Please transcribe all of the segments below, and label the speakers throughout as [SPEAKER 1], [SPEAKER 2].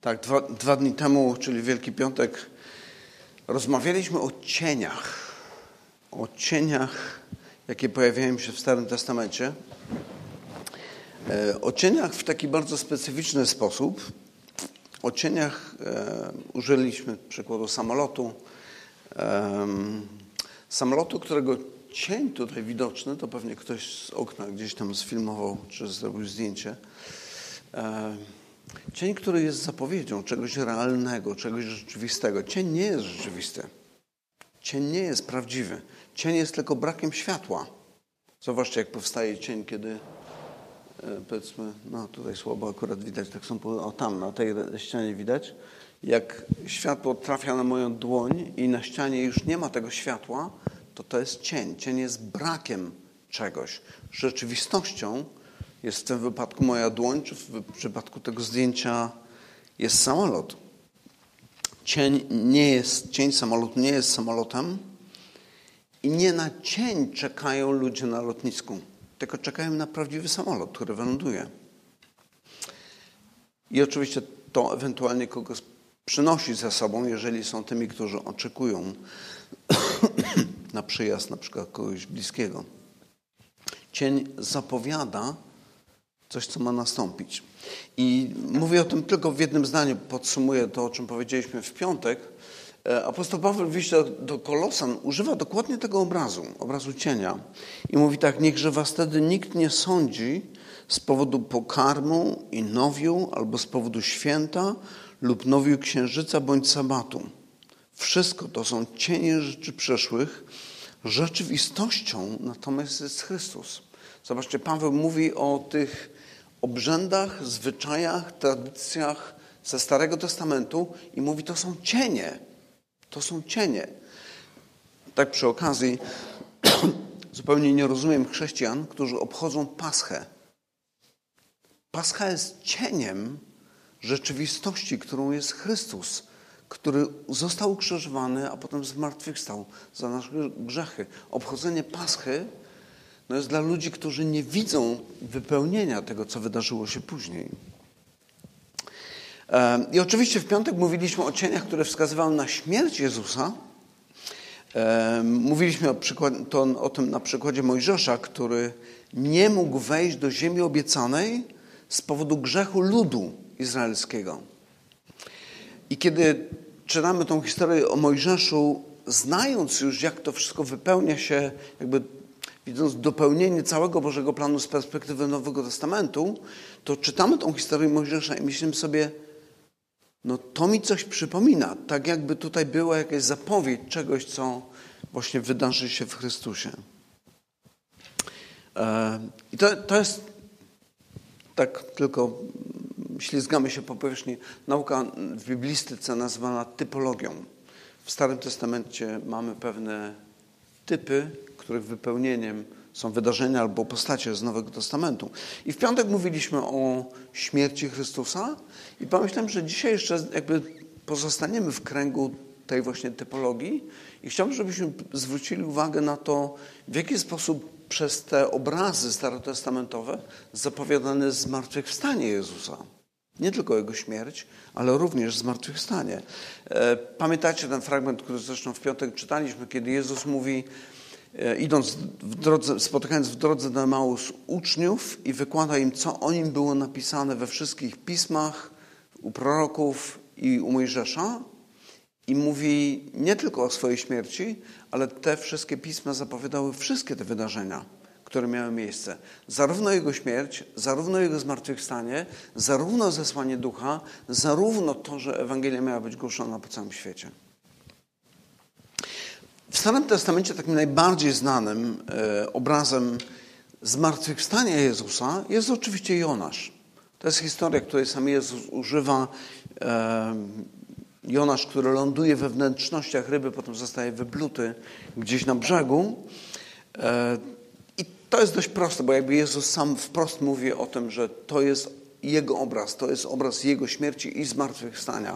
[SPEAKER 1] Tak, dwa dni temu, czyli Wielki Piątek, rozmawialiśmy o cieniach. O cieniach, jakie pojawiają się w Starym Testamencie. O cieniach w taki bardzo specyficzny sposób. O cieniach użyliśmy przykładu samolotu. Samolotu, którego cień tutaj widoczny, to pewnie ktoś z okna gdzieś tam sfilmował, czy zrobił zdjęcie. Cień, który jest zapowiedzią czegoś realnego, czegoś rzeczywistego. Cień nie jest rzeczywisty. Cień nie jest prawdziwy. Cień jest tylko brakiem światła. Zobaczcie, jak powstaje cień, kiedy powiedzmy, no tutaj słabo akurat widać, tak są, o tam, na tej ścianie widać, jak światło trafia na moją dłoń i na ścianie już nie ma tego światła, to jest cień. Cień jest brakiem czegoś. Rzeczywistością jest w tym wypadku moja dłoń, czy w przypadku tego zdjęcia jest samolot. Cień samolotu nie jest samolotem i nie na cień czekają ludzie na lotnisku, tylko czekają na prawdziwy samolot, który wyląduje. I oczywiście to ewentualnie kogoś przynosi ze sobą, jeżeli są tymi, którzy oczekują na przyjazd na przykład kogoś bliskiego. Cień zapowiada coś, co ma nastąpić. I mówię o tym tylko w jednym zdaniu, podsumuję to, o czym powiedzieliśmy w piątek. Apostoł Paweł w liście do Kolosan używa dokładnie tego obrazu cienia. I mówi tak: niechże was wtedy nikt nie sądzi z powodu pokarmu i nowiu, albo z powodu święta lub nowiu księżyca bądź sabatu. Wszystko to są cienie rzeczy przeszłych. Rzeczywistością natomiast jest Chrystus. Zobaczcie, Paweł mówi o tych obrzędach, zwyczajach, tradycjach ze Starego Testamentu i mówi, to są cienie. To są cienie. Tak przy okazji zupełnie nie rozumiem chrześcijan, którzy obchodzą Paschę. Pascha jest cieniem rzeczywistości, którą jest Chrystus, który został ukrzyżowany, a potem zmartwychwstał za nasze grzechy. Obchodzenie Paschy jest dla ludzi, którzy nie widzą wypełnienia tego, co wydarzyło się później. I oczywiście w piątek mówiliśmy o cieniach, które wskazywały na śmierć Jezusa. Mówiliśmy o tym na przykładzie Mojżesza, który nie mógł wejść do ziemi obiecanej z powodu grzechu ludu izraelskiego. I kiedy czytamy tą historię o Mojżeszu, znając już, jak to wszystko wypełnia się, jakby widząc dopełnienie całego Bożego planu z perspektywy Nowego Testamentu, to czytamy tą historię Mojżesza i myślimy sobie, no to mi coś przypomina, tak jakby tutaj była jakaś zapowiedź czegoś, co właśnie wydarzy się w Chrystusie. I to jest tak tylko ślizgamy się po powierzchni. Nauka w biblistyce nazywana typologią. W Starym Testamencie mamy pewne typy, których wypełnieniem są wydarzenia albo postacie z Nowego Testamentu. I w piątek mówiliśmy o śmierci Chrystusa i pomyślałem, że dzisiaj jeszcze jakby pozostaniemy w kręgu tej właśnie typologii i chciałbym, żebyśmy zwrócili uwagę na to, w jaki sposób przez te obrazy starotestamentowe zapowiadane jest zmartwychwstanie Jezusa. Nie tylko Jego śmierć, ale również zmartwychwstanie. Pamiętacie ten fragment, który zresztą w piątek czytaliśmy, kiedy Jezus mówi, idąc w drodze, spotykając w drodze do Emaus uczniów i wykłada im, co o nim było napisane we wszystkich pismach, u proroków i u Mojżesza. I mówi nie tylko o swojej śmierci, ale te wszystkie pisma zapowiadały wszystkie te wydarzenia, które miały miejsce. Zarówno Jego śmierć, zarówno Jego zmartwychwstanie, zarówno zesłanie Ducha, zarówno to, że Ewangelia miała być głoszona po całym świecie. W Starym Testamencie takim najbardziej znanym obrazem zmartwychwstania Jezusa jest oczywiście Jonasz. To jest historia, której sam Jezus używa. Jonasz, który ląduje we wnętrznościach ryby, potem zostaje wypluty gdzieś na brzegu. I to jest dość proste, bo jakby Jezus sam wprost mówi o tym, że to jest Jego obraz, to jest obraz Jego śmierci i zmartwychwstania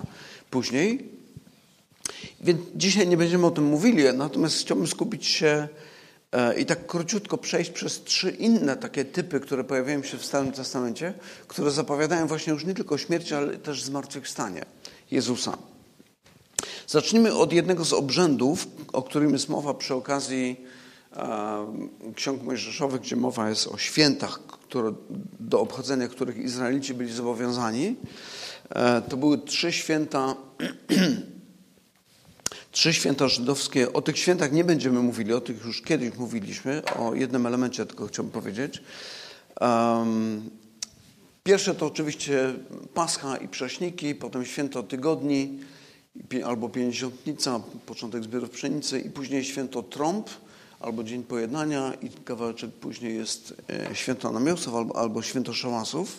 [SPEAKER 1] później. Więc dzisiaj nie będziemy o tym mówili, natomiast chciałbym skupić się I tak króciutko przejść przez 3 inne takie typy, które pojawiają się w Starym Testamencie, które zapowiadają właśnie już nie tylko śmierć, ale też zmartwychwstanie Jezusa. Zacznijmy od jednego z obrzędów, o którym jest mowa przy okazji Ksiąg Mojżeszowych, gdzie mowa jest o świętach, do obchodzenia których Izraelici byli zobowiązani. To były 3 święta, 3 święta żydowskie. O tych świętach nie będziemy mówili, o tych już kiedyś mówiliśmy. O jednym elemencie tylko chciałbym powiedzieć. Pierwsze to oczywiście Pascha i Prześniki, potem święto Tygodni albo Pięćdziesiątnica, początek zbiorów pszenicy i później święto Trąb albo Dzień Pojednania i kawałeczek później jest święto Namiotów albo święto Szałasów.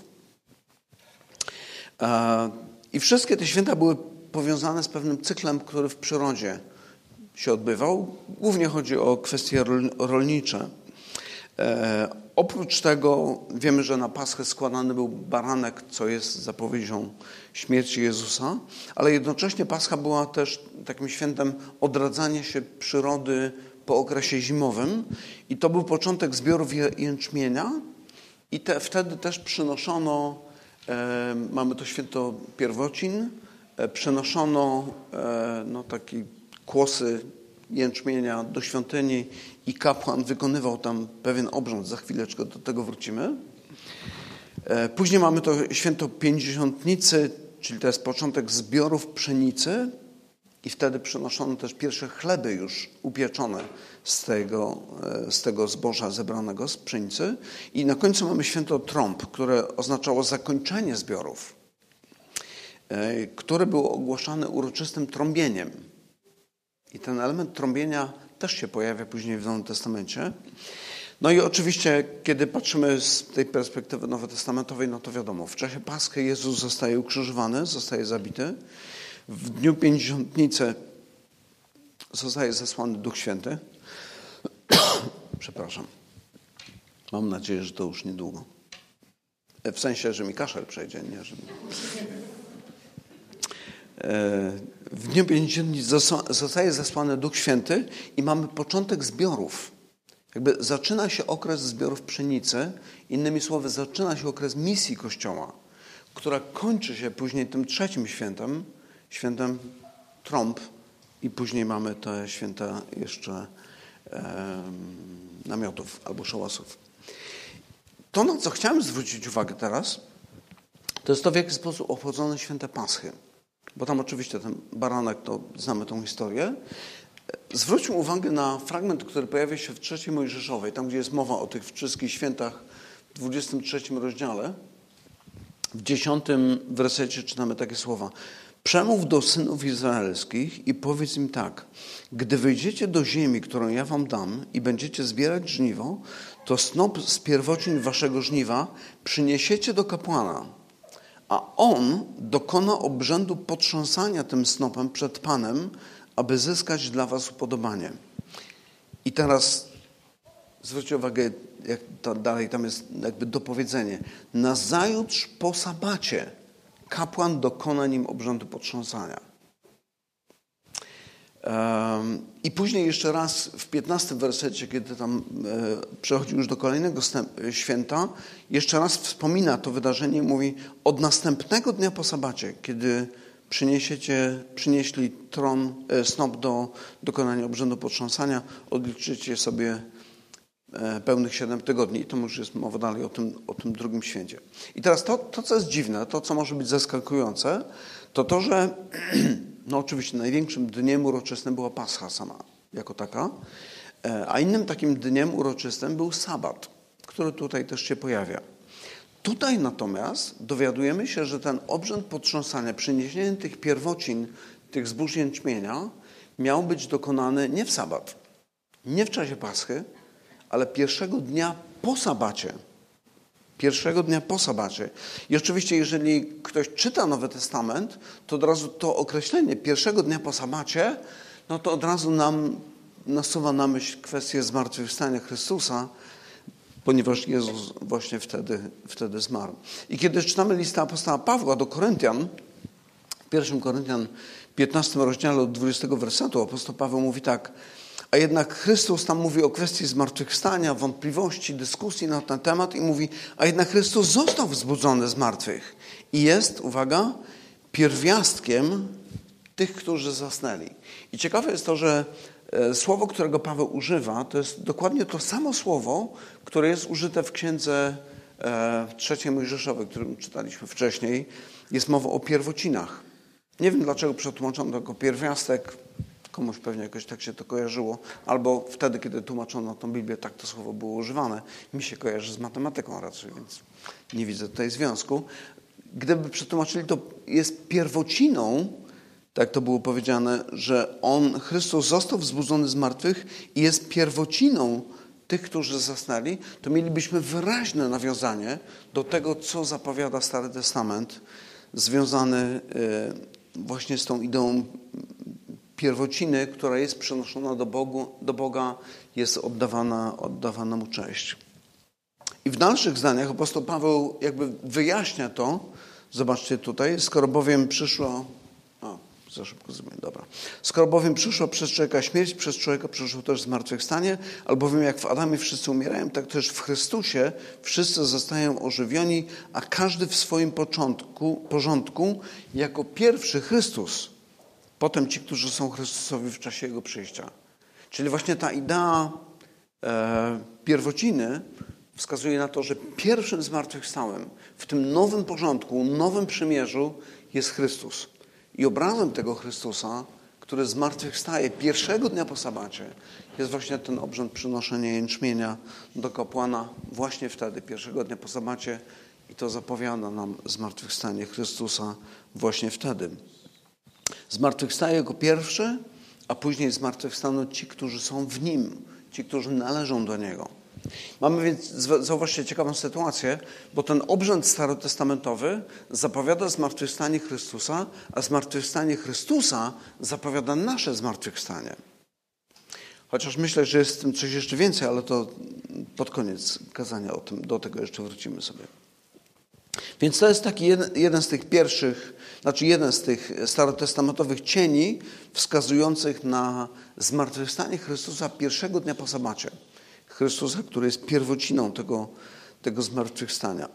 [SPEAKER 1] I wszystkie te święta były powiązane z pewnym cyklem, który w przyrodzie się odbywał. Głównie chodzi o kwestie rolnicze. Oprócz tego wiemy, że na Paschę składany był baranek, co jest zapowiedzią śmierci Jezusa, ale jednocześnie Pascha była też takim świętem odradzania się przyrody po okresie zimowym i to był początek zbiorów jęczmienia i wtedy też przynoszono, mamy to święto pierwocin, przenoszono takie kłosy jęczmienia do świątyni i kapłan wykonywał tam pewien obrząd. Za chwileczkę do tego wrócimy. Później mamy to święto Pięćdziesiątnicy, czyli to jest początek zbiorów pszenicy i wtedy przynoszono też pierwsze chleby już upieczone z tego zboża zebranego z pszenicy. I na końcu mamy święto Trąb, które oznaczało zakończenie zbiorów, które było ogłaszane uroczystym trąbieniem. I ten element trąbienia też się pojawia później w Nowym Testamencie. No i oczywiście, kiedy patrzymy z tej perspektywy nowotestamentowej, no to wiadomo, w czasie Paschy Jezus zostaje ukrzyżowany, zostaje zabity. W dniu Pięćdziesiątnicy zostaje zesłany Duch Święty. Przepraszam. Mam nadzieję, że to już niedługo. W sensie, że mi kaszel przejdzie, nie że... W dniu Pięćdziesiątnicy zostaje zesłany Duch Święty i mamy początek zbiorów. Jakby zaczyna się okres zbiorów pszenicy, innymi słowy zaczyna się okres misji Kościoła, która kończy się później tym 3. świętem Trąb i później mamy te święta jeszcze Namiotów albo Szałasów. To, na co chciałem zwrócić uwagę teraz, to jest to, w jaki sposób obchodzone święte Paschy. Bo tam oczywiście ten baranek, to znamy tą historię. Zwróćmy uwagę na fragment, który pojawia się w 3 Mojżeszowej, tam gdzie jest mowa o tych wszystkich świętach w 23 rozdziale. W 10 wersecie czytamy takie słowa. Przemów do synów izraelskich i powiedz im tak. Gdy wyjdziecie do ziemi, którą ja wam dam i będziecie zbierać żniwo, to snop z pierwocin waszego żniwa przyniesiecie do kapłana, a on dokona obrzędu potrząsania tym snopem przed Panem, aby zyskać dla was upodobanie. I teraz zwróćcie uwagę, jak to dalej tam jest jakby dopowiedzenie. Nazajutrz po sabacie kapłan dokona nim obrzędu potrząsania. I później jeszcze raz w 15 wersecie, kiedy tam przechodzi już do kolejnego święta, jeszcze raz wspomina to wydarzenie i mówi od następnego dnia po sabacie, kiedy przynieśli snop do dokonania obrzędu potrząsania, odliczycie sobie pełnych 7 tygodni. I to już jest mowa dalej o tym drugim święcie. I teraz to, co jest dziwne, to, co może być zaskakujące, to, że no oczywiście największym dniem uroczystym była Pascha sama jako taka, a innym takim dniem uroczystym był sabat, który tutaj też się pojawia. Tutaj natomiast dowiadujemy się, że ten obrzęd potrząsania, przyniesienie tych pierwocin, tych zbóż jęczmienia miał być dokonany nie w sabat, nie w czasie Paschy, ale pierwszego dnia po sabacie. Pierwszego dnia po sabacie. I oczywiście, jeżeli ktoś czyta Nowy Testament, to od razu to określenie pierwszego dnia po sabacie, no to od razu nam nasuwa na myśl kwestię zmartwychwstania Chrystusa, ponieważ Jezus właśnie wtedy zmarł. I kiedy czytamy listę apostoła Pawła do Koryntian, w 1 Koryntian 15 rozdziale od 20 wersetu apostoł Paweł mówi tak: A jednak Chrystus tam mówi o kwestii zmartwychwstania, wątpliwości, dyskusji na ten temat i mówi, a jednak Chrystus został wzbudzony z martwych i jest, uwaga, pierwiastkiem tych, którzy zasnęli. I ciekawe jest to, że słowo, którego Paweł używa, to jest dokładnie to samo słowo, które jest użyte w księdze trzeciej Mojżeszowej, którą czytaliśmy wcześniej. Jest mowa o pierwocinach. Nie wiem, dlaczego przetłumaczono to jako pierwiastek. Komuś pewnie jakoś tak się to kojarzyło. Albo wtedy, kiedy tłumaczono tą Biblię, tak to słowo było używane. Mi się kojarzy z matematyką raczej, więc nie widzę tutaj związku. Gdyby przetłumaczyli, to jest pierwociną, tak to było powiedziane, że Chrystus został wzbudzony z martwych i jest pierwociną tych, którzy zasnęli, to mielibyśmy wyraźne nawiązanie do tego, co zapowiada Stary Testament, związany właśnie z tą ideą pierwociny, która jest przenoszona do Boga, jest oddawana Mu cześć. I w dalszych zdaniach apostoł Paweł jakby wyjaśnia to, zobaczcie tutaj, skoro bowiem przyszła przez człowieka śmierć, przez człowieka przyszło też zmartwychwstanie, albowiem jak w Adamie wszyscy umierają, tak też w Chrystusie wszyscy zostają ożywioni, a każdy w swoim porządku jako pierwszy Chrystus. Potem ci, którzy są Chrystusowi w czasie Jego przyjścia. Czyli właśnie ta idea pierwociny wskazuje na to, że pierwszym zmartwychwstałym w tym nowym porządku, nowym przymierzu jest Chrystus. I obrazem tego Chrystusa, który zmartwychwstaje pierwszego dnia po sabacie, jest właśnie ten obrząd przynoszenia jęczmienia do kapłana właśnie wtedy, pierwszego dnia po sabacie. I to zapowiada nam zmartwychwstanie Chrystusa właśnie wtedy. Zmartwychwstaje jako pierwszy, a później zmartwychwstaną ci, którzy są w Nim, ci, którzy należą do Niego. Mamy więc, zauważcie, ciekawą sytuację, bo ten obrząd starotestamentowy zapowiada zmartwychwstanie Chrystusa, a zmartwychwstanie Chrystusa zapowiada nasze zmartwychwstanie. Chociaż myślę, że jest w tym coś jeszcze więcej, ale to pod koniec kazania do tego jeszcze wrócimy sobie. Więc to jest taki jeden z tych pierwszych, jeden z tych starotestamentowych cieni wskazujących na zmartwychwstanie Chrystusa pierwszego dnia po sabacie. Chrystusa, który jest pierwociną tego zmartwychwstania.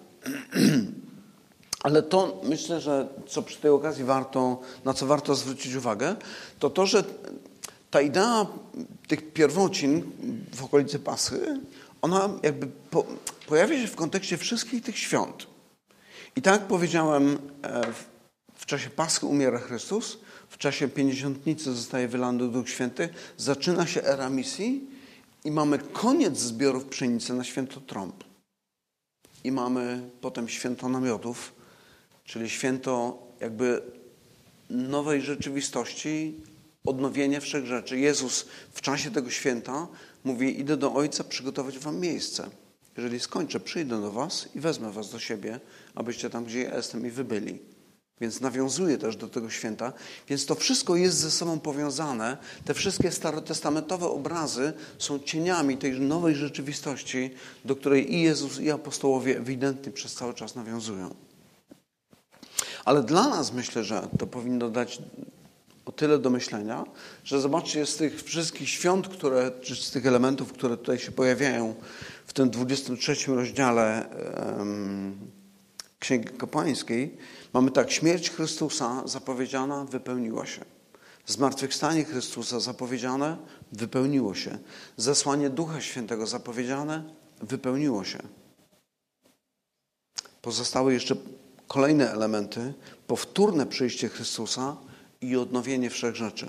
[SPEAKER 1] Ale to myślę, że co przy tej okazji na co warto zwrócić uwagę, to, że ta idea tych pierwocin w okolicy Paschy, ona jakby pojawia się w kontekście wszystkich tych świąt. I tak jak powiedziałem, w czasie Paschy umiera Chrystus, w czasie Pięćdziesiątnicy zostaje wylany Duch Święty, zaczyna się era misji i mamy koniec zbiorów pszenicy na święto trąb. I mamy potem święto namiotów, czyli święto jakby nowej rzeczywistości, odnowienia wszechrzeczy. Jezus w czasie tego święta mówi, idę do Ojca przygotować wam miejsce. Jeżeli skończę, przyjdę do was i wezmę was do siebie, abyście tam, gdzie ja jestem, i wy byli. Więc nawiązuje też do tego święta. Więc to wszystko jest ze sobą powiązane. Te wszystkie starotestamentowe obrazy są cieniami tej nowej rzeczywistości, do której i Jezus, i apostołowie ewidentnie przez cały czas nawiązują. Ale dla nas myślę, że to powinno dać o tyle do myślenia, że zobaczcie, z tych wszystkich świąt, czy z tych elementów, które tutaj się pojawiają w tym 23 rozdziale Księgi Kapłańskiej, mamy tak, śmierć Chrystusa zapowiedziana, wypełniła się. Zmartwychwstanie Chrystusa zapowiedziane, wypełniło się. Zesłanie Ducha Świętego zapowiedziane, wypełniło się. Pozostały jeszcze kolejne elementy, powtórne przyjście Chrystusa i odnowienie wszechrzeczy.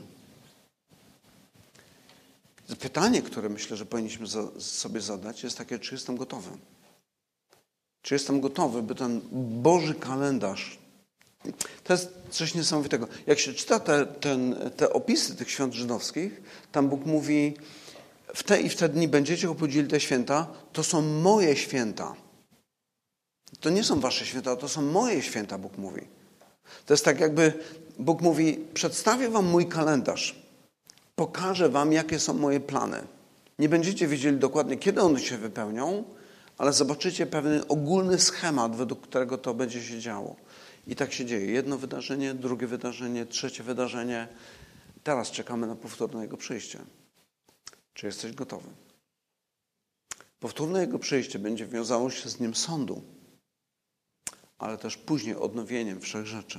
[SPEAKER 1] Pytanie, które myślę, że powinniśmy sobie zadać, jest takie, czy jestem gotowy? Czy jestem gotowy, by ten Boży kalendarz... To jest coś niesamowitego. Jak się czyta te opisy tych świąt żydowskich, tam Bóg mówi, w te i w te dni będziecie obchodzili te święta, to są moje święta. To nie są wasze święta, to są moje święta, Bóg mówi. To jest tak jakby Bóg mówi, przedstawię wam mój kalendarz, pokażę wam, jakie są moje plany. Nie będziecie wiedzieli dokładnie, kiedy one się wypełnią, ale zobaczycie pewien ogólny schemat, według którego to będzie się działo. I tak się dzieje. Jedno wydarzenie, drugie wydarzenie, trzecie wydarzenie. Teraz czekamy na powtórne Jego przyjście. Czy jesteś gotowy? Powtórne Jego przyjście będzie wiązało się z dniem sądu, ale też później odnowieniem wszechrzeczy.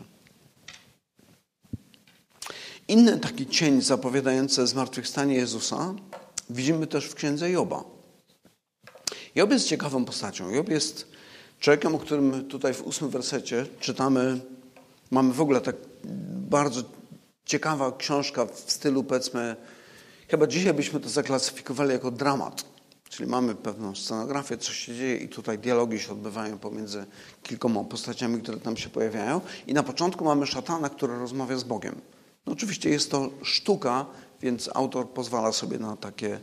[SPEAKER 1] Inny taki cień zapowiadający zmartwychwstanie Jezusa widzimy też w księdze Joba. Job jest ciekawą postacią. Job jest człowiekiem, o którym tutaj w 8 wersecie czytamy. Mamy w ogóle tak bardzo ciekawa książka w stylu, powiedzmy, chyba dzisiaj byśmy to zaklasyfikowali jako dramat. Czyli mamy pewną scenografię, co się dzieje i tutaj dialogi się odbywają pomiędzy kilkoma postaciami, które tam się pojawiają. I na początku mamy szatana, który rozmawia z Bogiem. No oczywiście jest to sztuka, więc autor pozwala sobie na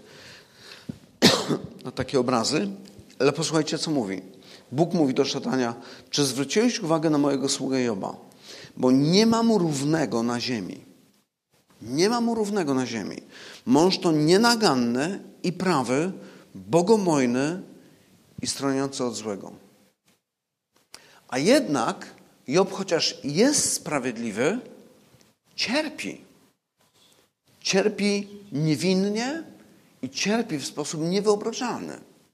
[SPEAKER 1] takie obrazy. Ale posłuchajcie, co mówi. Bóg mówi do szatania: czy zwróciłeś uwagę na mojego sługę Joba? Bo nie ma mu równego na ziemi. Nie ma mu równego na ziemi. Mąż to nienaganny i prawy, bogomojny i stroniący od złego. A jednak Job, chociaż jest sprawiedliwy, cierpi. Cierpi niewinnie i cierpi w sposób niewyobrażalny.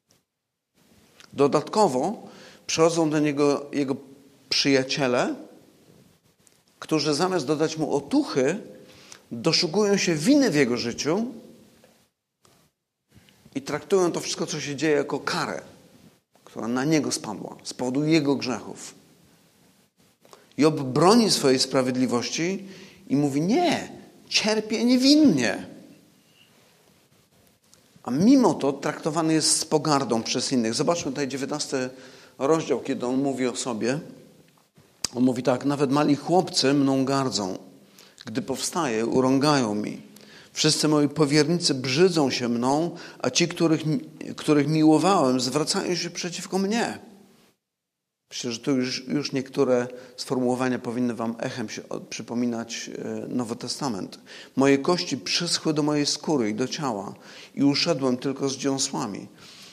[SPEAKER 1] Dodatkowo przychodzą do niego jego przyjaciele, którzy zamiast dodać mu otuchy, doszukują się winy w jego życiu i traktują to wszystko, co się dzieje, jako karę, która na niego spadła z powodu jego grzechów. Job broni swojej sprawiedliwości i mówi: nie, cierpię niewinnie. A mimo to traktowany jest z pogardą przez innych. Zobaczmy tutaj 19 rozdział, kiedy on mówi o sobie. On mówi tak: nawet mali chłopcy mną gardzą. Gdy powstaję, urągają mi. Wszyscy moi powiernicy brzydzą się mną, a ci, których miłowałem, zwracają się przeciwko mnie. Myślę, że tu już niektóre sformułowania powinny wam echem się przypominać Nowy Testament. Moje kości przyschły do mojej skóry i do ciała i uszedłem tylko z dziąsłami.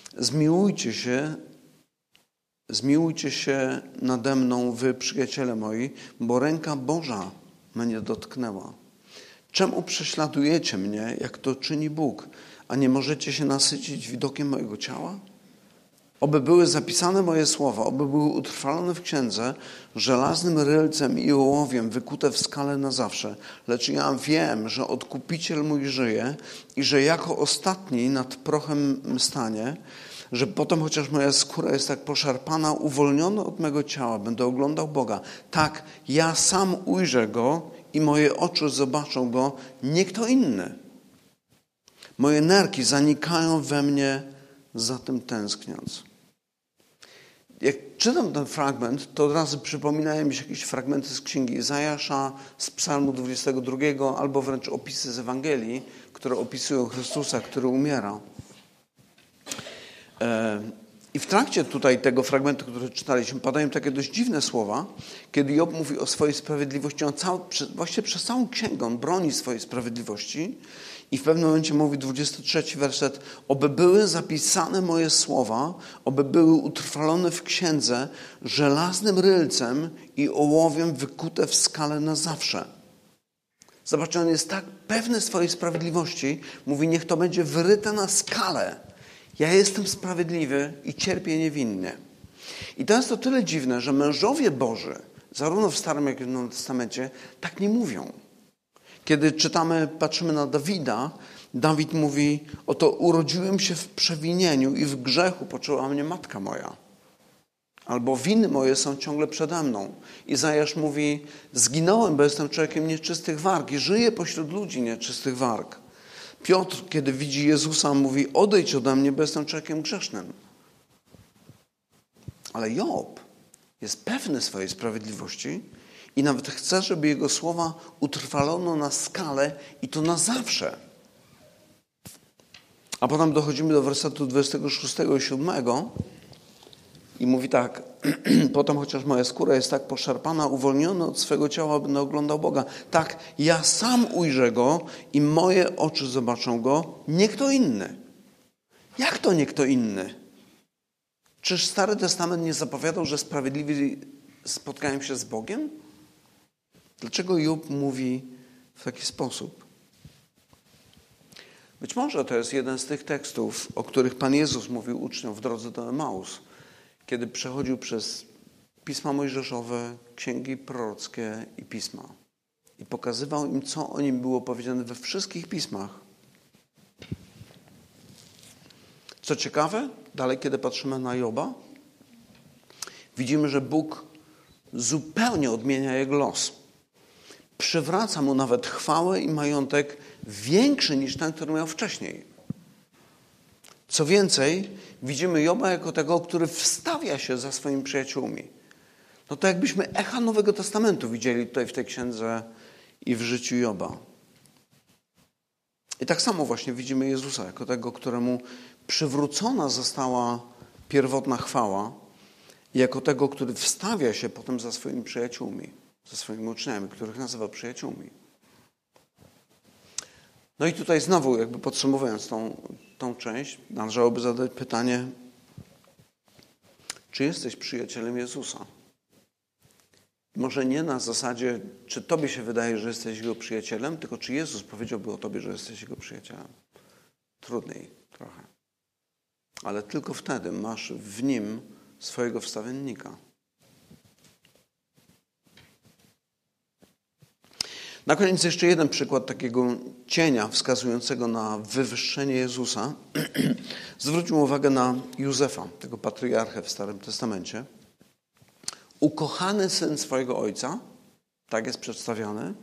[SPEAKER 1] Zmiłujcie się nade mną, wy przyjaciele moi, bo ręka Boża mnie dotknęła. Czemu prześladujecie mnie, jak to czyni Bóg, a nie możecie się nasycić widokiem mojego ciała? Oby były zapisane moje słowa, oby były utrwalone w księdze żelaznym rylcem i ołowiem wykute w skale na zawsze. Lecz ja wiem, że Odkupiciel mój żyje i że jako ostatni nad prochem stanie, że potem, chociaż moja skóra jest tak poszarpana, uwolniona od mego ciała, będę oglądał Boga. Tak, ja sam ujrzę Go i moje oczy zobaczą Go, nie kto inny. Moje nerki zanikają we mnie, za tym tęskniąc. Jak czytam ten fragment, to od razu przypominają mi się jakieś fragmenty z księgi Izajasza, z Psalmu 22, albo wręcz opisy z Ewangelii, które opisują Chrystusa, który umiera. I w trakcie tutaj tego fragmentu, który czytaliśmy, padają takie dość dziwne słowa, kiedy Job mówi o swojej sprawiedliwości. Właściwie przez całą księgę on broni swojej sprawiedliwości i w pewnym momencie mówi 23 werset: oby były zapisane moje słowa, oby były utrwalone w księdze żelaznym rylcem i ołowiem wykute w skale na zawsze. Zobaczcie, on jest tak pewny swojej sprawiedliwości, mówi: niech to będzie wyryte na skalę. Ja jestem sprawiedliwy i cierpię niewinnie. I to jest to tyle dziwne, że mężowie Boży, zarówno w Starym, jak i w Nowym Testamencie, tak nie mówią. Kiedy patrzymy na Dawida, Dawid mówi: oto urodziłem się w przewinieniu i w grzechu poczęła mnie matka moja. Albo winy moje są ciągle przede mną. Izajasz mówi: zginąłem, bo jestem człowiekiem nieczystych warg i żyję pośród ludzi nieczystych warg. Piotr, kiedy widzi Jezusa, mówi: odejdź ode mnie, bo jestem człowiekiem grzesznym. Ale Job jest pewny swojej sprawiedliwości i nawet chce, żeby jego słowa utrwalono na skalę i to na zawsze. A potem dochodzimy do wersetu 26 i 7 i mówi tak: potem, chociaż moja skóra jest tak poszarpana, uwolniony od swego ciała, będę oglądał Boga. Tak, ja sam ujrzę Go i moje oczy zobaczą Go, nie kto inny. Jak to nie kto inny? Czyż Stary Testament nie zapowiadał, że sprawiedliwi spotkają się z Bogiem? Dlaczego Job mówi w taki sposób? Być może to jest jeden z tych tekstów, o których Pan Jezus mówił uczniom w drodze do Emaus, kiedy przechodził przez Pisma Mojżeszowe, księgi prorockie i Pisma. I pokazywał im, co o nim było powiedziane we wszystkich pismach. Co ciekawe, dalej kiedy patrzymy na Joba, widzimy, że Bóg zupełnie odmienia jego los. Przywraca mu nawet chwałę i majątek większy niż ten, który miał wcześniej. Co więcej, widzimy Joba jako tego, który wstawia się za swoimi przyjaciółmi. No to jakbyśmy echa Nowego Testamentu widzieli tutaj w tej księdze i w życiu Joba. I tak samo właśnie widzimy Jezusa jako tego, któremu przywrócona została pierwotna chwała i jako tego, który wstawia się potem za swoimi przyjaciółmi, za swoimi uczniami, których nazywa przyjaciółmi. No i tutaj znowu, jakby podsumowując tą część, należałoby zadać pytanie, czy jesteś przyjacielem Jezusa? Może nie na zasadzie, czy tobie się wydaje, że jesteś Jego przyjacielem, tylko czy Jezus powiedziałby o tobie, że jesteś Jego przyjacielem. Trudniej trochę. Ale tylko wtedy masz w Nim swojego wstawiennika. Na koniec jeszcze jeden przykład takiego cienia wskazującego na wywyższenie Jezusa. Zwróćmy uwagę na Józefa, tego patriarchę w Starym Testamencie. Ukochany syn swojego ojca, tak jest przedstawiany.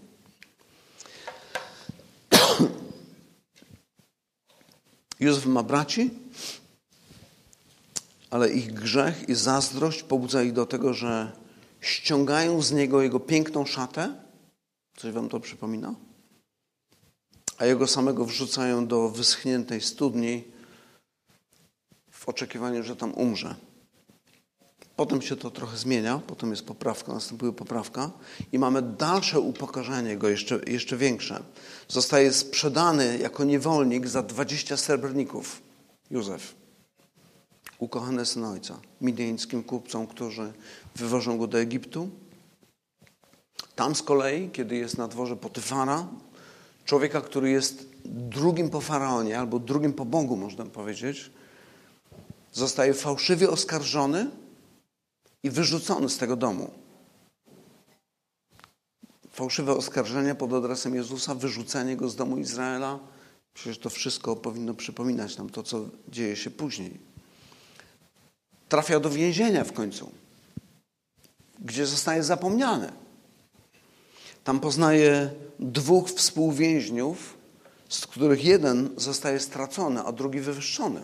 [SPEAKER 1] Józef ma braci, ale ich grzech i zazdrość pobudza ich do tego, że ściągają z niego jego piękną szatę. Coś wam to przypomina? A jego samego wrzucają do wyschniętej studni w oczekiwaniu, że tam umrze. Potem się to trochę zmienia, potem jest poprawka, następuje poprawka i mamy dalsze upokarzenie go, jeszcze większe. Zostaje sprzedany jako niewolnik za 20 srebrników. Józef, ukochany syn ojca, midiańskim kupcom, którzy wywożą go do Egiptu. Tam z kolei, kiedy jest na dworze Potyfara, człowieka, który jest drugim po faraonie, albo drugim po Bogu, można powiedzieć, zostaje fałszywie oskarżony i wyrzucony z tego domu. Fałszywe oskarżenia pod adresem Jezusa, wyrzucenie go z domu Izraela. Przecież to wszystko powinno przypominać nam to, co dzieje się później. Trafia do więzienia w końcu, gdzie zostaje zapomniany. Tam poznaje 2 współwięźniów, z których jeden zostaje stracony, a drugi wywyższony.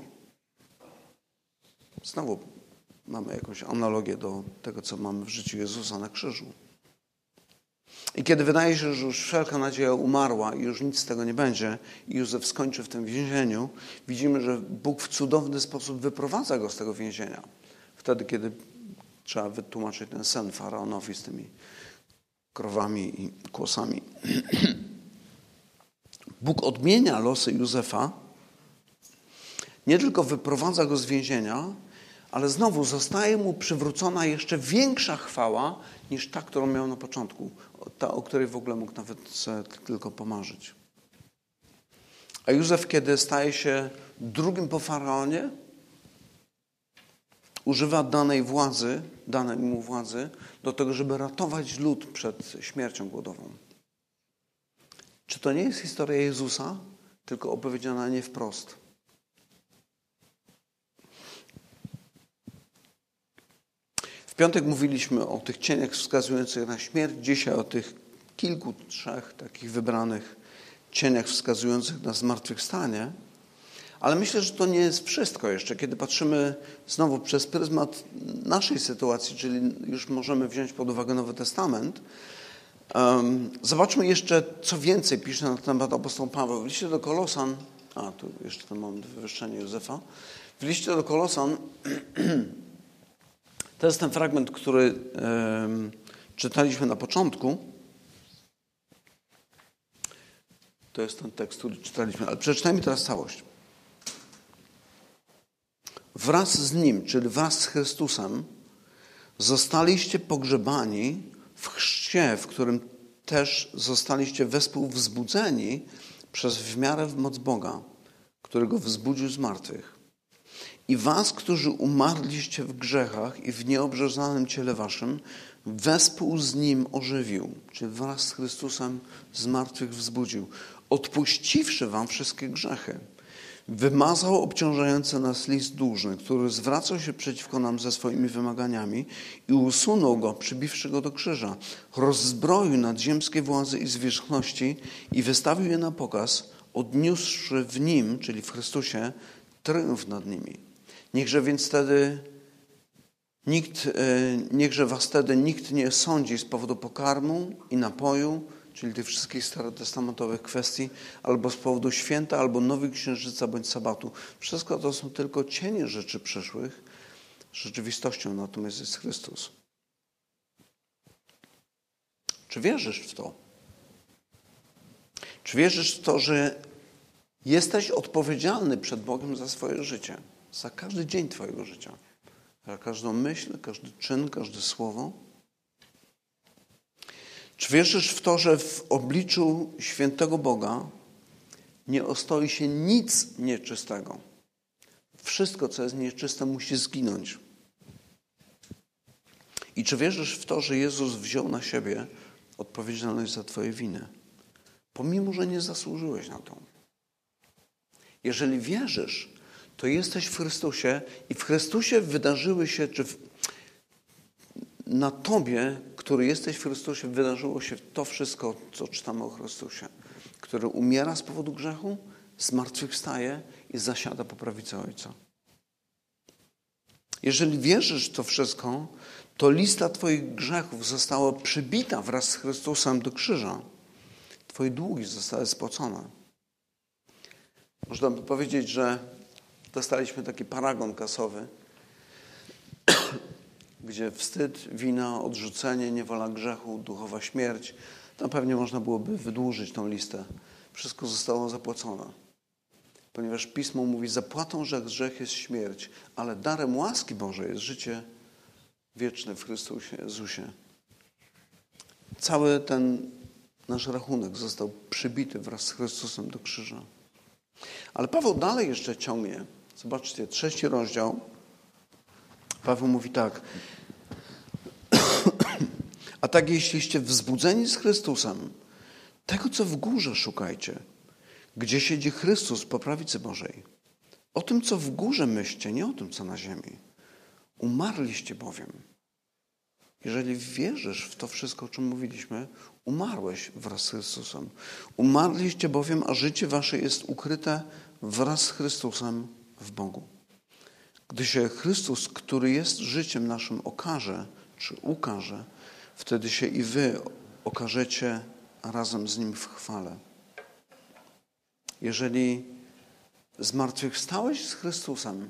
[SPEAKER 1] Znowu mamy jakąś analogię do tego, co mamy w życiu Jezusa na krzyżu. I kiedy wydaje się, że już wszelka nadzieja umarła i już nic z tego nie będzie i Józef skończy w tym więzieniu, widzimy, że Bóg w cudowny sposób wyprowadza go z tego więzienia. Wtedy, kiedy trzeba wytłumaczyć ten sen faraonowi z tymi krowami i kłosami. Bóg odmienia losy Józefa, nie tylko wyprowadza go z więzienia, ale znowu zostaje mu przywrócona jeszcze większa chwała niż ta, którą miał na początku. Ta, o której w ogóle mógł nawet sobie tylko pomarzyć. A Józef, kiedy staje się drugim po faraonie, używa danej mu władzy do tego, żeby ratować lud przed śmiercią głodową. Czy to nie jest historia Jezusa, tylko opowiedziana nie wprost? W piątek mówiliśmy o tych cieniach wskazujących na śmierć, dzisiaj o tych kilku, 3 takich wybranych cieniach wskazujących na zmartwychwstanie. Ale myślę, że to nie jest wszystko jeszcze. Kiedy patrzymy znowu przez pryzmat naszej sytuacji, czyli już możemy wziąć pod uwagę Nowy Testament, zobaczmy jeszcze, co więcej pisze na temat apostoł Paweł. W liście do Kolosan, tu jeszcze ten moment wywyższenia Józefa. W liście do Kolosan to jest ten fragment, który czytaliśmy na początku. To jest ten tekst, który czytaliśmy, ale przeczytajmy teraz całość. Wraz z Nim, czyli wraz z Chrystusem, zostaliście pogrzebani w chrzcie, w którym też zostaliście wespół wzbudzeni przez w miarę w moc Boga, który go wzbudził z martwych. I was, którzy umarliście w grzechach i w nieobrzezanym ciele waszym, wespół z nim ożywił, czyli wraz z Chrystusem z martwych wzbudził, odpuściwszy wam wszystkie grzechy. Wymazał obciążający nas list dłużny, który zwracał się przeciwko nam ze swoimi wymaganiami i usunął go, przybiwszy go do krzyża. Rozzbroił nadziemskie władze i zwierzchności i wystawił je na pokaz, odniósłszy w nim, czyli w Chrystusie, tryumf nad nimi. Niechże was wtedy nikt nie sądzi z powodu pokarmu i napoju, czyli tych wszystkich starotestamentowych kwestii, albo z powodu święta, albo nowych księżyca, bądź sabatu. Wszystko to są tylko cienie rzeczy przyszłych. Rzeczywistością natomiast jest Chrystus. Czy wierzysz w to? Czy wierzysz w to, że jesteś odpowiedzialny przed Bogiem za swoje życie? Za każdy dzień twojego życia? Za każdą myśl, każdy czyn, każde słowo? Czy wierzysz w to, że w obliczu świętego Boga nie ostoi się nic nieczystego? Wszystko, co jest nieczyste, musi zginąć. I czy wierzysz w to, że Jezus wziął na siebie odpowiedzialność za twoje winy? Pomimo, że nie zasłużyłeś na to. Jeżeli wierzysz, to jesteś w Chrystusie i w Chrystusie wydarzyły się, na tobie, który jesteś w Chrystusie, wydarzyło się to wszystko, co czytamy o Chrystusie, który umiera z powodu grzechu, zmartwychwstaje i zasiada po prawicy Ojca. Jeżeli wierzysz w to wszystko, to lista twoich grzechów została przybita wraz z Chrystusem do krzyża. Twoje długi zostały spłacone. Można by powiedzieć, że dostaliśmy taki paragon kasowy, gdzie wstyd, wina, odrzucenie, niewola grzechu, duchowa śmierć. Tam pewnie można byłoby wydłużyć tą listę. Wszystko zostało zapłacone. Ponieważ Pismo mówi, zapłatą za grzech jest śmierć, ale darem łaski Bożej jest życie wieczne w Chrystusie Jezusie. Cały ten nasz rachunek został przybity wraz z Chrystusem do krzyża. Ale Paweł dalej jeszcze ciągnie. Zobaczcie, 3 rozdział. Paweł mówi tak. A tak jeśliście wzbudzeni z Chrystusem, tego co w górze szukajcie, gdzie siedzi Chrystus po prawicy Bożej. O tym co w górze myślcie, nie o tym co na ziemi. Umarliście bowiem. Jeżeli wierzysz w to wszystko, o czym mówiliśmy, umarłeś wraz z Chrystusem. Umarliście bowiem, a życie wasze jest ukryte wraz z Chrystusem w Bogu. Gdy się Chrystus, który jest życiem naszym, okaże, czy ukaże, wtedy się i wy okażecie razem z Nim w chwale. Jeżeli zmartwychwstałeś z Chrystusem,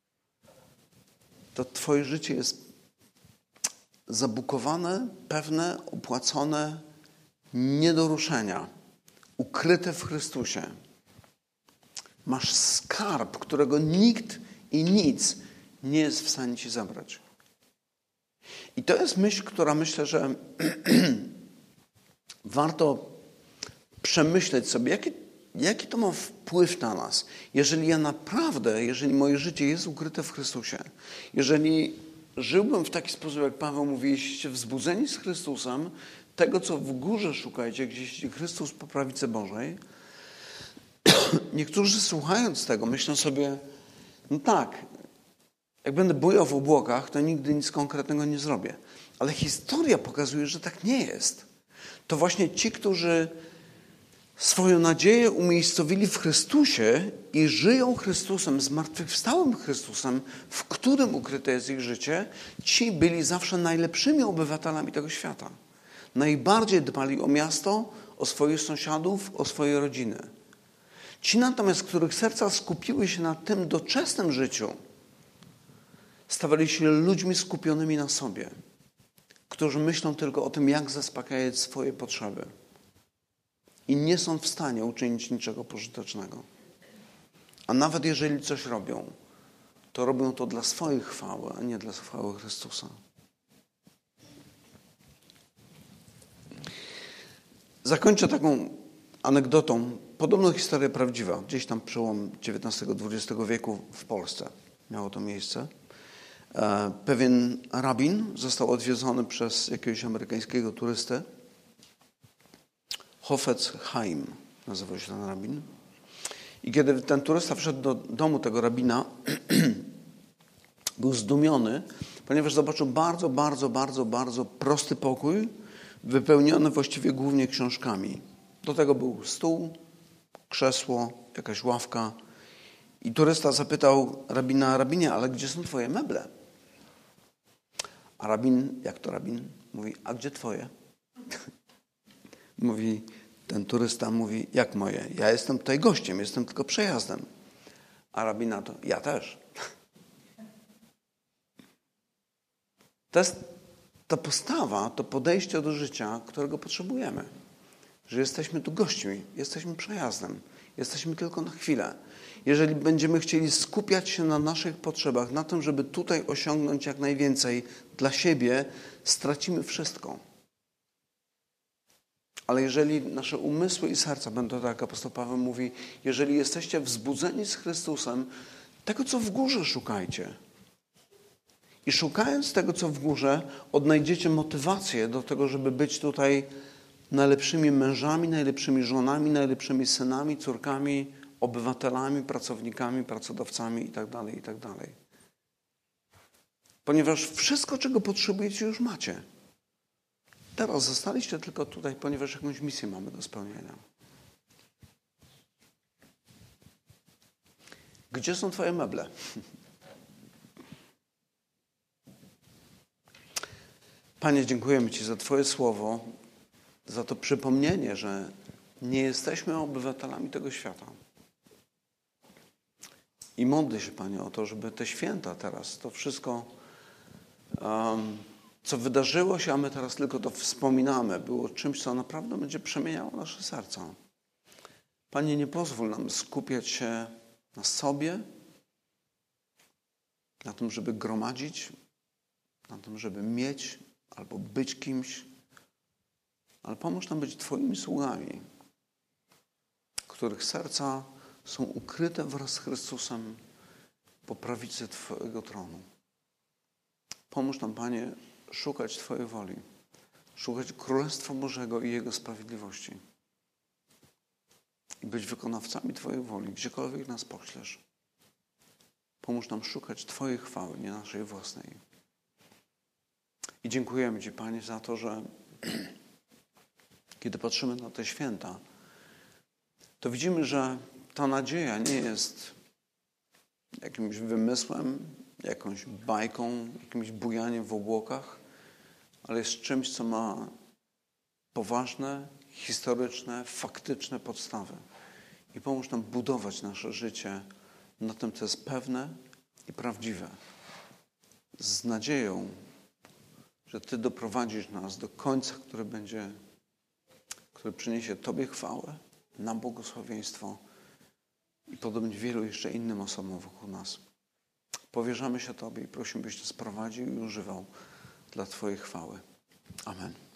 [SPEAKER 1] to twoje życie jest zabukowane, pewne, opłacone, nie do ruszenia, ukryte w Chrystusie. Masz skarb, którego nikt i nic nie jest w stanie ci zabrać. I to jest myśl, która myślę, że warto przemyśleć sobie, jaki to ma wpływ na nas. Jeżeli moje życie jest ukryte w Chrystusie, jeżeli żyłbym w taki sposób, jak Paweł mówi, jeśliście wzbudzeni z Chrystusem, tego, co w górze szukajcie, gdzie siedzi Chrystus po prawicy Bożej, niektórzy słuchając tego myślą sobie, no tak, jak będę bujał w obłokach, to nigdy nic konkretnego nie zrobię. Ale historia pokazuje, że tak nie jest. To właśnie ci, którzy swoją nadzieję umiejscowili w Chrystusie i żyją Chrystusem, zmartwychwstałym Chrystusem, w którym ukryte jest ich życie, ci byli zawsze najlepszymi obywatelami tego świata. Najbardziej dbali o miasto, o swoich sąsiadów, o swoje rodziny. Ci natomiast, których serca skupiły się na tym doczesnym życiu, stawali się ludźmi skupionymi na sobie, którzy myślą tylko o tym, jak zaspokajać swoje potrzeby. I nie są w stanie uczynić niczego pożytecznego. A nawet jeżeli coś robią, to robią to dla swojej chwały, a nie dla chwały Chrystusa. Zakończę taką anegdotą, podobno historia prawdziwa, gdzieś tam przełom XIX-XX wieku w Polsce miało to miejsce. Pewien rabin został odwiedzony przez jakiegoś amerykańskiego turystę. Hofetz Chaim nazywał się ten rabin. I kiedy ten turysta wszedł do domu tego rabina, był zdumiony, ponieważ zobaczył bardzo, bardzo, bardzo, bardzo prosty pokój, wypełniony właściwie głównie książkami. Do tego był stół, krzesło, jakaś ławka. I turysta zapytał rabina: rabinie, ale gdzie są twoje meble? A rabin, jak to rabin? Mówi: a gdzie twoje? Ten turysta mówi: jak moje? Ja jestem tutaj gościem, jestem tylko przejazdem. A rabin na to: ja też. To jest ta postawa, to podejście do życia, którego potrzebujemy. Że jesteśmy tu gośćmi, jesteśmy przejazdem, jesteśmy tylko na chwilę. Jeżeli będziemy chcieli skupiać się na naszych potrzebach, na tym, żeby tutaj osiągnąć jak najwięcej dla siebie, stracimy wszystko. Ale jeżeli nasze umysły i serca będą, tak jak apostoł Paweł mówi, jeżeli jesteście wzbudzeni z Chrystusem, tego, co w górze, szukajcie. I szukając tego, co w górze, odnajdziecie motywację do tego, żeby być tutaj najlepszymi mężami, najlepszymi żonami, najlepszymi synami, córkami, obywatelami, pracownikami, pracodawcami itd., itd. Ponieważ wszystko, czego potrzebujecie, już macie. Teraz zostaliście tylko tutaj, ponieważ jakąś misję mamy do spełnienia. Gdzie są twoje meble? Panie, dziękujemy Ci za Twoje słowo, za to przypomnienie, że nie jesteśmy obywatelami tego świata. I modlę się, Panie, o to, żeby te święta teraz, to wszystko, co wydarzyło się, a my teraz tylko to wspominamy, było czymś, co naprawdę będzie przemieniało nasze serca. Panie, nie pozwól nam skupiać się na sobie, na tym, żeby gromadzić, na tym, żeby mieć albo być kimś, ale pomóż nam być Twoimi sługami, których serca są ukryte wraz z Chrystusem po prawicy Twojego tronu. Pomóż nam, Panie, szukać Twojej woli, szukać Królestwa Bożego i Jego sprawiedliwości i być wykonawcami Twojej woli, gdziekolwiek nas poślesz. Pomóż nam szukać Twojej chwały, nie naszej własnej. I dziękujemy Ci, Panie, za to, że kiedy patrzymy na te święta, to widzimy, że ta nadzieja nie jest jakimś wymysłem, jakąś bajką, jakimś bujaniem w obłokach, ale jest czymś, co ma poważne, historyczne, faktyczne podstawy. I pomóż nam budować nasze życie na tym, co jest pewne i prawdziwe. Z nadzieją, że Ty doprowadzisz nas do końca, który przyniesie Tobie chwałę, nam błogosławieństwo i podobnie wielu jeszcze innym osobom wokół nas. Powierzamy się Tobie i prosimy, byś nas prowadził i używał dla Twojej chwały. Amen.